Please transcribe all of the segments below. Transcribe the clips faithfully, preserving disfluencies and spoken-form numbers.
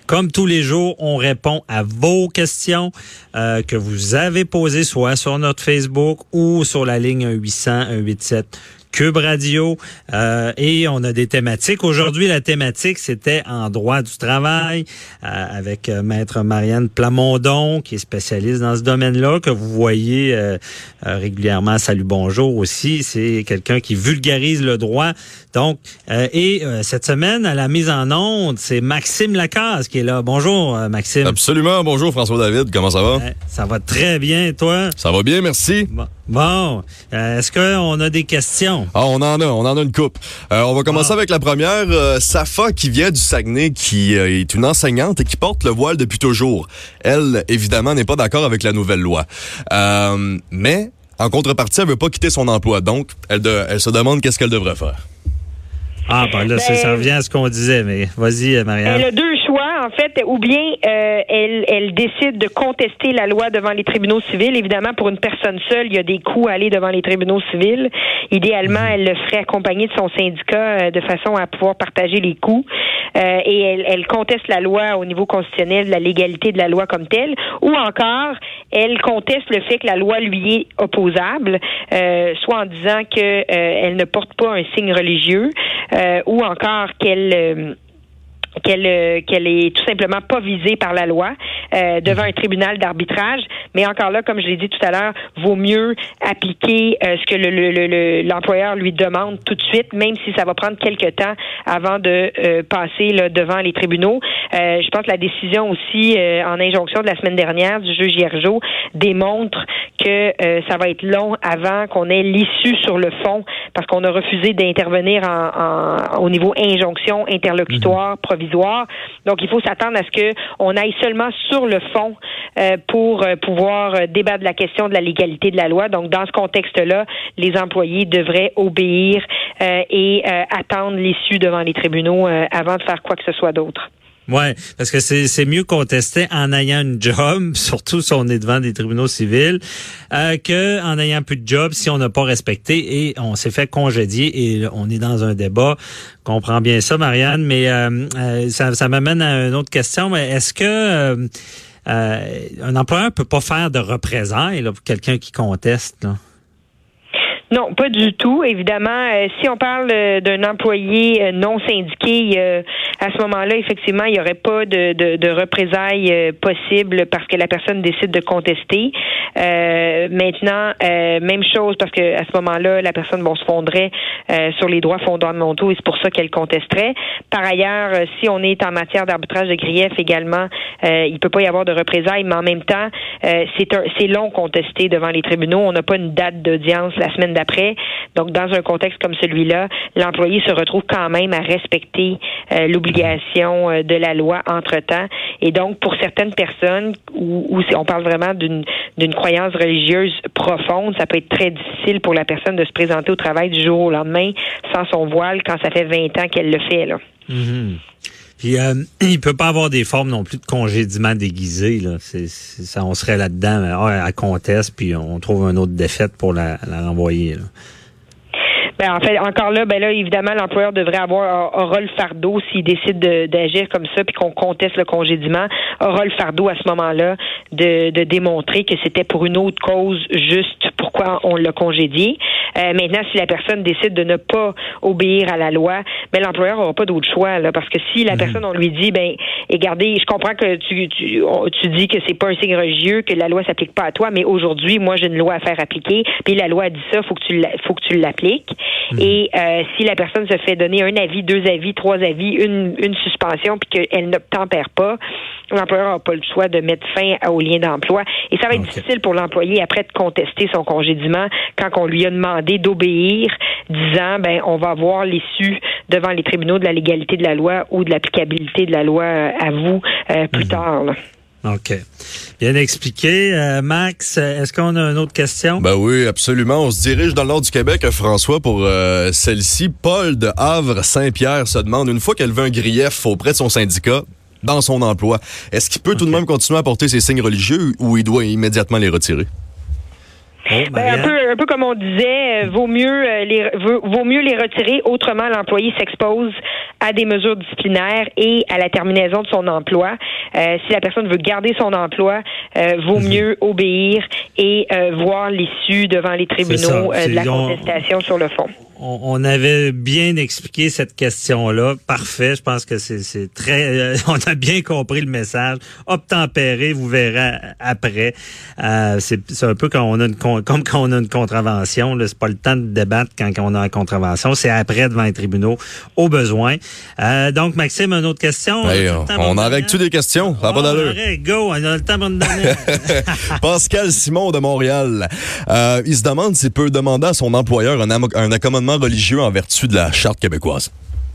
Comme tous les jours, on répond à vos questions euh, que vous avez posées, soit sur notre Facebook ou sur la ligne un huit cents un huit sept Cube Radio, euh, et on a des thématiques. Aujourd'hui, la thématique, c'était en droit du travail, euh, avec euh, Maître Marianne Plamondon, qui est spécialiste dans ce domaine-là, que vous voyez euh, euh, régulièrement à Salut Bonjour aussi. C'est quelqu'un qui vulgarise le droit. Donc, euh, et euh, cette semaine, à la mise en onde, c'est Maxime Lacasse qui est là. Bonjour, euh, Maxime. Absolument. Bonjour, François-David. Comment ça va? Euh, ça va très bien, toi? Ça va bien, merci. Bon. Bon, euh, est-ce qu'on a des questions? Ah, on en a, on en a une couple. Euh, on va commencer ah. avec la première. Euh, Safa, qui vient du Saguenay, qui euh, est une enseignante et qui porte le voile depuis toujours. Elle, évidemment, n'est pas d'accord avec la nouvelle loi. Euh, mais, en contrepartie, elle veut pas quitter son emploi. Donc, elle, de, elle se demande qu'est-ce qu'elle devrait faire. Ah, ben là, ben, ça revient à ce qu'on disait, mais vas-y, Marianne. Elle a deux choix, en fait, ou bien euh, elle, elle décide de contester la loi devant les tribunaux civils. Évidemment, pour une personne seule, il y a des coûts à aller devant les tribunaux civils. Idéalement, elle le ferait accompagner de son syndicat euh, de façon à pouvoir partager les coûts. Euh, et elle, elle conteste la loi au niveau constitutionnel, la légalité de la loi comme telle. Ou encore, elle conteste le fait que la loi lui est opposable, euh, soit en disant que euh, elle ne porte pas un signe religieux, euh, ou encore qu'elle... Euh, qu'elle euh, qu'elle est tout simplement pas visée par la loi euh, devant un tribunal d'arbitrage. Mais encore là, comme je l'ai dit tout à l'heure, vaut mieux appliquer euh, ce que le, le, le, l'employeur lui demande tout de suite, même si ça va prendre quelques temps avant de euh, passer là, devant les tribunaux. Euh, je pense que la décision aussi euh, en injonction de la semaine dernière du juge Hiergeau démontre que euh, ça va être long avant qu'on ait l'issue sur le fond, parce qu'on a refusé d'intervenir en, en, au niveau injonction interlocutoire mmh. provisoire. Donc, il faut s'attendre à ce que on aille seulement sur le fond euh, pour euh, pouvoir euh, débattre de la question de la légalité de la loi. Donc, dans ce contexte-là, les employés devraient obéir euh, et euh, attendre l'issue devant les tribunaux euh, avant de faire quoi que ce soit d'autre. Ouais, parce que c'est c'est mieux contester en ayant une job, surtout si on est devant des tribunaux civils, euh, que en ayant plus de job si on n'a pas respecté et on s'est fait congédier et on est dans un débat. Je comprends bien ça, Marianne, mais euh, euh, ça, ça m'amène à une autre question. Mais est-ce que euh, euh, un employeur peut pas faire de représailles là, pour quelqu'un qui conteste, là? Non, pas du tout. Évidemment, euh, si on parle euh, d'un employé euh, non syndiqué, euh, à ce moment-là, effectivement, il n'y aurait pas de, de, de représailles euh, possibles parce que la personne décide de contester. Euh, maintenant, euh, même chose parce que à ce moment-là, la personne bon, se fondrait euh, sur les droits fondamentaux et c'est pour ça qu'elle contesterait. Par ailleurs, euh, si on est en matière d'arbitrage de grief également, euh, il peut pas y avoir de représailles, mais en même temps, euh, c'est un, c'est long contester devant les tribunaux. On n'a pas une date d'audience la semaine d'après. Donc, dans un contexte comme celui-là, l'employé se retrouve quand même à respecter euh, l'obligation euh, de la loi entre-temps. Et donc, pour certaines personnes où, où on parle vraiment d'une, d'une croyance religieuse profonde, ça peut être très difficile pour la personne de se présenter au travail du jour au lendemain sans son voile quand ça fait vingt ans qu'elle le fait, là. Mm-hmm. Puis euh, il peut pas avoir des formes non plus de congédiement déguisé, là. C'est, c'est ça, on serait là-dedans, ah, elle conteste, puis on trouve une autre défaite pour la, la renvoyer, là. Ben, en fait, encore là, ben là, évidemment, l'employeur devrait avoir aura le fardeau s'il décide de, d'agir comme ça, puis qu'on conteste le congédiement, aura le fardeau à ce moment-là de, de démontrer que c'était pour une autre cause juste pourquoi on l'a congédié. Euh, maintenant, si la personne décide de ne pas obéir à la loi, ben l'employeur n'aura pas d'autre choix, là, parce que si la mmh. personne, on lui dit, ben, regardez, je comprends que tu, tu, on, tu dis que c'est pas un signe religieux, que la loi s'applique pas à toi, mais aujourd'hui, moi, j'ai une loi à faire appliquer, puis la loi a dit ça, faut que tu, faut que tu l'appliques. Mmh. Et euh, si la personne se fait donner un avis, deux avis, trois avis, une, une suspension, puis qu'elle n'obtempère pas, l'employeur n'aura pas le choix de mettre fin au lien d'emploi. Et ça va être okay. difficile pour l'employé après de contester son congédiement quand on lui a demandé d'obéir, disant, ben, on va voir l'issue devant les tribunaux de la légalité de la loi ou de l'applicabilité de la loi à vous euh, plus mmh. tard, là. OK. Bien expliqué. Euh, Max, est-ce qu'on a une autre question? Ben oui, absolument. On se dirige dans le nord du Québec, François, pour euh, celle-ci. Paul de Havre-Saint-Pierre se demande, une fois qu'elle veut un grief auprès de son syndicat, dans son emploi, est-ce qu'il peut okay. tout de même continuer à porter ses signes religieux ou il doit immédiatement les retirer? Oh, ben, un peu, un peu comme on disait, euh, vaut mieux euh, les vaut, vaut mieux les retirer. Autrement, l'employé s'expose à des mesures disciplinaires et à la terminaison de son emploi. Euh, si la personne veut garder son emploi, euh, vaut mm-hmm. mieux obéir et euh, voir l'issue devant les tribunaux euh, de la contestation on... sur le fond. On avait bien expliqué cette question-là. Parfait. Je pense que c'est, c'est très... Euh, on a bien compris le message. Obtempérer, vous verrez après. Euh, c'est, c'est un peu quand on a une comme quand on a une contravention. Là, c'est pas le temps de débattre quand on a une contravention. C'est après devant les tribunaux, au besoin. Euh, donc, Maxime, une autre question. Hey, on on arrête-tu des questions? Ça n'a pas d'allure. Arrête, go. On a le temps pour nous donner. Pascal Simon de Montréal. Euh, il se demande s'il peut demander à son employeur un, am- un accommodement religieux en vertu de la Charte québécoise.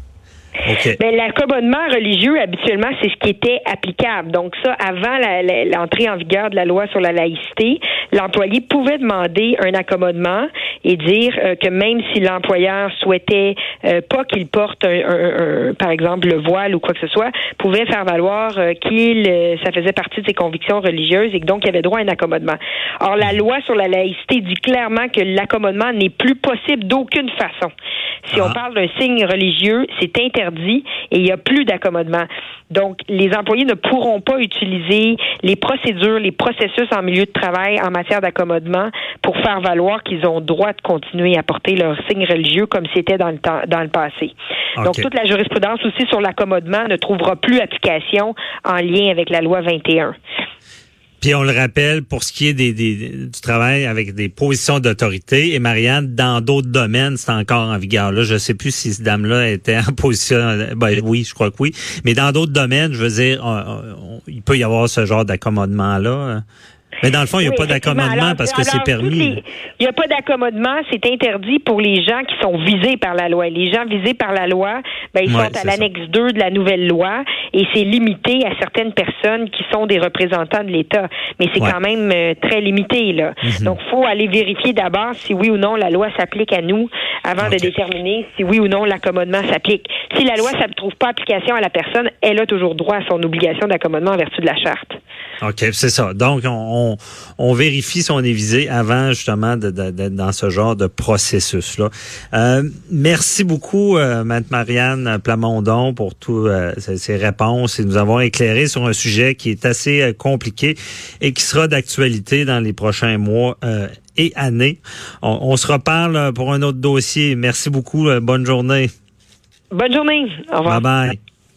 Okay. Ben, l'accommodement religieux, habituellement, c'est ce qui était applicable. Donc ça, avant la, la, l'entrée en vigueur de la loi sur la laïcité, l'employé pouvait demander un accommodement et dire euh, que même si l'employeur souhaitait euh, pas qu'il porte, un, un, un, par exemple, le voile ou quoi que ce soit, pouvait faire valoir euh, qu'il euh, ça faisait partie de ses convictions religieuses et que donc il avait droit à un accommodement. Or, la loi sur la laïcité dit clairement que l'accommodement n'est plus possible d'aucune façon. Si ah. on parle d'un signe religieux, c'est interdit et il n'y a plus d'accommodement. Donc, les employés ne pourront pas utiliser les procédures, les processus en milieu de travail en matière d'accommodement pour faire valoir qu'ils ont droit de continuer à porter leur signe religieux comme c'était dans le temps, dans le passé. Okay. Donc, toute la jurisprudence aussi sur l'accommodement ne trouvera plus application en lien avec la loi vingt et un. Puis on le rappelle, pour ce qui est des, des, du travail avec des positions d'autorité, et Marianne, dans d'autres domaines, c'est encore en vigueur. Là, je sais plus si cette dame-là était en position... Ben oui, je crois que oui. Mais dans d'autres domaines, je veux dire, on, on, il peut y avoir ce genre d'accommodement-là. Mais dans le fond, il n'y a oui, pas d'accommodement alors, parce que alors, c'est permis. Il n'y a pas d'accommodement, c'est interdit pour les gens qui sont visés par la loi. Les gens visés par la loi, ben, ils ouais, sont à l'annexe ça. deux de la nouvelle loi et c'est limité à certaines personnes qui sont des représentants de l'État. Mais c'est ouais. quand même euh, très limité, là. Mm-hmm. Donc, il faut aller vérifier d'abord si oui ou non la loi s'applique à nous avant okay. de déterminer si oui ou non l'accommodement s'applique. Si la loi ne trouve pas application à la personne, elle a toujours droit à son obligation d'accommodement en vertu de la charte. OK, c'est ça. Donc, on, on, on vérifie si on est visé avant, justement, de, de, d'être dans ce genre de processus-là. Euh, merci beaucoup, euh, Mme Marianne Plamondon, pour toutes euh, ces réponses et nous avons éclairé sur un sujet qui est assez euh, compliqué et qui sera d'actualité dans les prochains mois euh, et années. On, on se reparle pour un autre dossier. Merci beaucoup. Euh, bonne journée. Bonne journée. Au revoir. Bye-bye.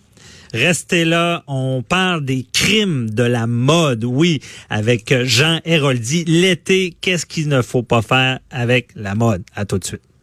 Restez là, on parle des crimes de la mode, oui, avec Jean Héroldi. L'été, qu'est-ce qu'il ne faut pas faire avec la mode? À tout de suite.